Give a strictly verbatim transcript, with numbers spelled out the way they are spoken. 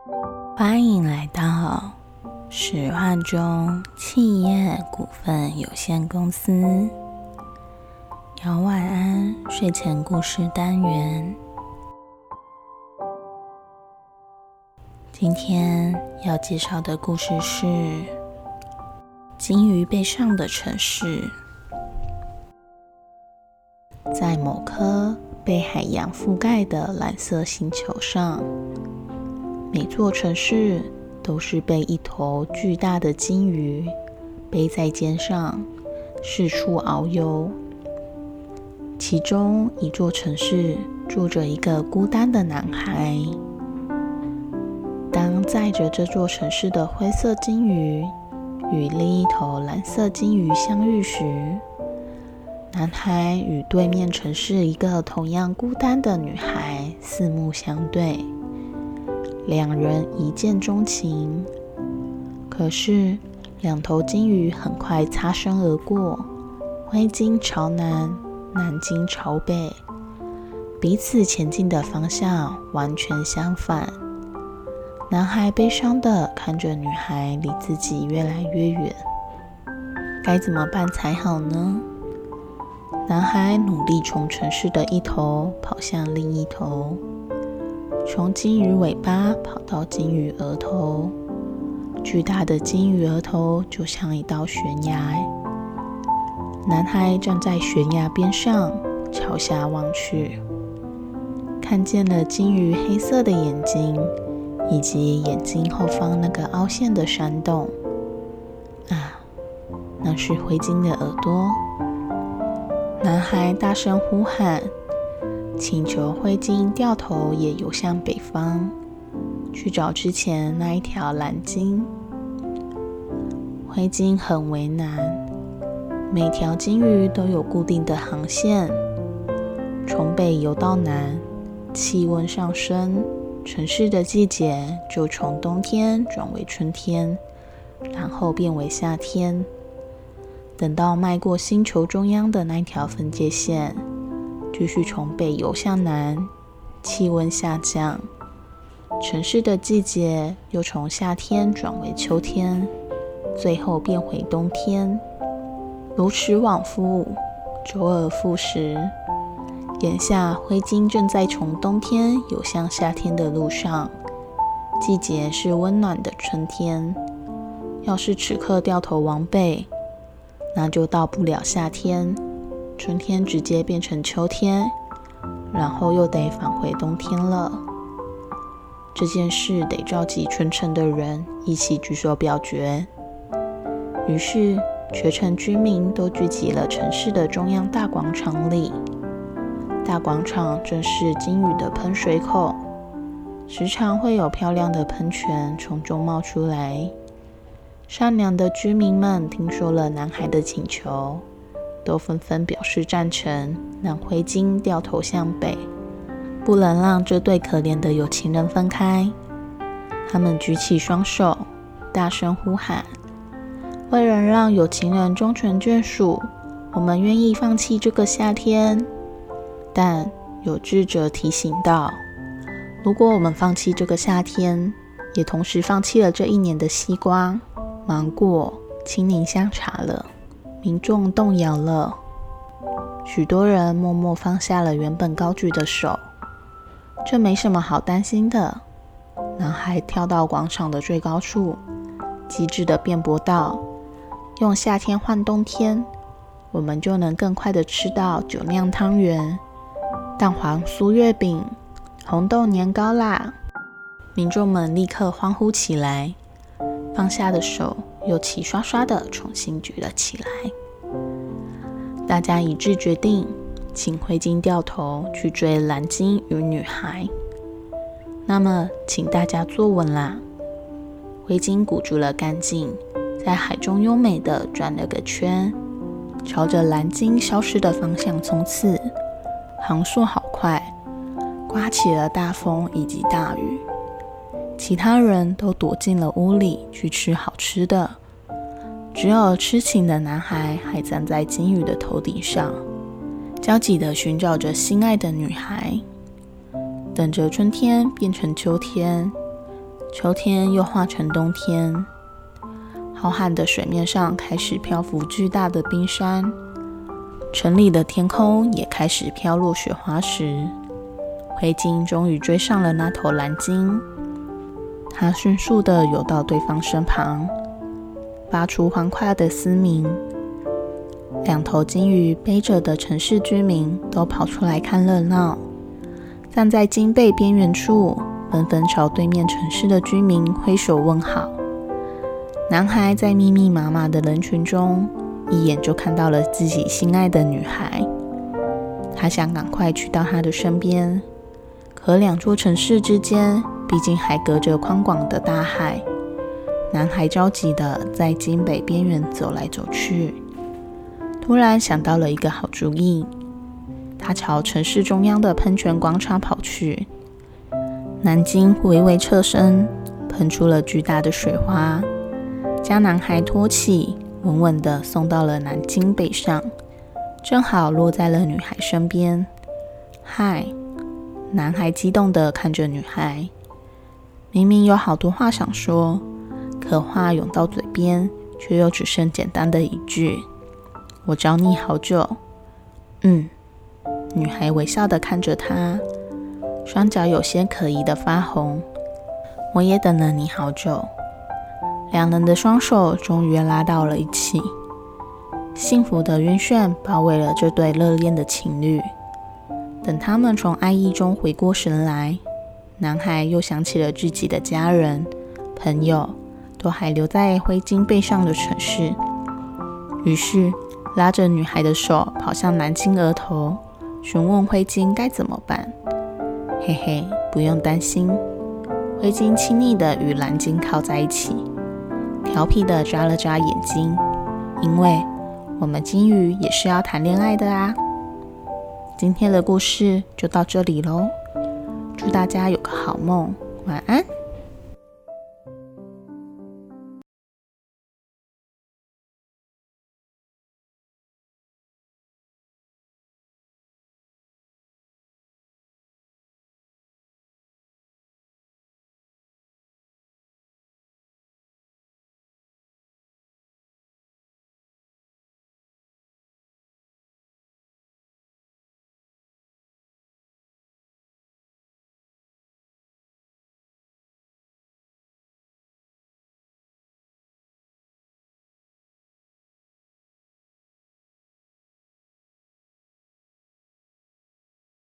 欢迎来到十万中企业股份有限公司姚晚安睡前故事单元。今天要介绍的故事是金鱼背上的城市。在某颗被海洋覆盖的蓝色星球上，每座城市都是被一头巨大的金鱼背在肩上，四处遨游。其中一座城市住着一个孤单的男孩。当载着这座城市的灰色金鱼与另一头蓝色金鱼相遇时，男孩与对面城市一个同样孤单的女孩四目相对，两人一见钟情。可是两头金鱼很快擦身而过，灰鲸朝南，南鲸朝北，彼此前进的方向完全相反。男孩悲伤地看着女孩离自己越来越远，该怎么办才好呢？男孩努力从城市的一头跑向另一头，从金鱼尾巴跑到金鱼额头。巨大的金鱼额头就像一道悬崖，男孩站在悬崖边上朝下望去，看见了金鱼黑色的眼睛以及眼睛后方那个凹陷的山洞。啊，那是灰鲸的耳朵。男孩大声呼喊，请求灰鲸掉头也游向北方，去找之前那一条蓝鲸。灰鲸很为难，每条鲸鱼都有固定的航线，从北游到南，气温上升，城市的季节就从冬天转为春天，然后变为夏天。等到迈过星球中央的那条分界线，继续从北游向南，气温下降，城市的季节又从夏天转为秋天，最后变回冬天，如此往复，周而复始。眼下灰鲸正在从冬天游向夏天的路上，季节是温暖的春天。要是此刻掉头往北，那就到不了夏天，春天直接变成秋天，然后又得返回冬天了。这件事得召集全城的人一起举手表决。于是全城居民都聚集了城市的中央大广场里。大广场正是金鱼的喷水口，时常会有漂亮的喷泉从中冒出来。善良的居民们听说了男孩的请求，都纷纷表示赞成，让灰鲸掉头向北，不能让这对可怜的有情人分开。他们举起双手，大声呼喊，为了让有情人终成眷属，我们愿意放弃这个夏天。但有智者提醒道，如果我们放弃这个夏天，也同时放弃了这一年的西瓜、芒果、青柠香茶了。民众动摇了，许多人默默放下了原本高举的手。这没什么好担心的。男孩跳到广场的最高处，机智地辩驳道，用夏天换冬天，我们就能更快地吃到酒酿汤圆、蛋黄酥月饼、红豆年糕啦！民众们立刻欢呼起来，放下的手又齐刷刷地重新举了起来。大家一致决定，请灰鲸掉头去追蓝鲸与女孩。那么，请大家坐稳啦！灰鲸鼓住了干劲，在海中优美地转了个圈，朝着蓝鲸消失的方向冲刺。航速好快，刮起了大风以及大雨。其他人都躲进了屋里去吃好吃的，只有痴情的男孩还站在金鱼的头顶上，焦急地寻找着心爱的女孩。等着春天变成秋天， 秋天又化成冬天，浩瀚的水面上开始漂浮巨大的冰山，城里的天空也开始飘落雪花石。灰鲸终于追上了那头蓝鲸，它迅速地游到对方身旁，发出欢快的嘶鸣。两头鲸鱼背着的城市居民都跑出来看热闹，站在鲸背边缘处，纷纷朝对面城市的居民挥手问好。男孩在密密麻麻的人群中，一眼就看到了自己心爱的女孩。他想赶快去到她的身边，可两座城市之间毕竟还隔着宽广的大海。男孩着急地在鲸北边缘走来走去，突然想到了一个好主意。他朝城市中央的喷泉广场跑去。蓝鲸微微侧身，喷出了巨大的水花，将男孩托起，稳稳地送到了蓝鲸背上，正好落在了女孩身边。嗨，男孩激动地看着女孩，明明有好多话想说，可话涌到嘴边，却又只剩简单的一句：我找你好久。嗯，女孩微笑地看着他，双脚有些可疑的发红。我也等了你好久。两人的双手终于拉到了一起，幸福的晕眩包围了这对热恋的情侣。等他们从爱意中回过神来，男孩又想起了自己的家人、朋友都还留在灰鲸背上的城市，于是拉着女孩的手跑向蓝鲸额头，询问灰鲸该怎么办。嘿嘿，不用担心。灰鲸亲昵地与蓝鲸靠在一起，调皮地眨了眨眼睛，因为我们鲸鱼也是要谈恋爱的啊。今天的故事就到这里咯，祝大家有个好梦，晚安。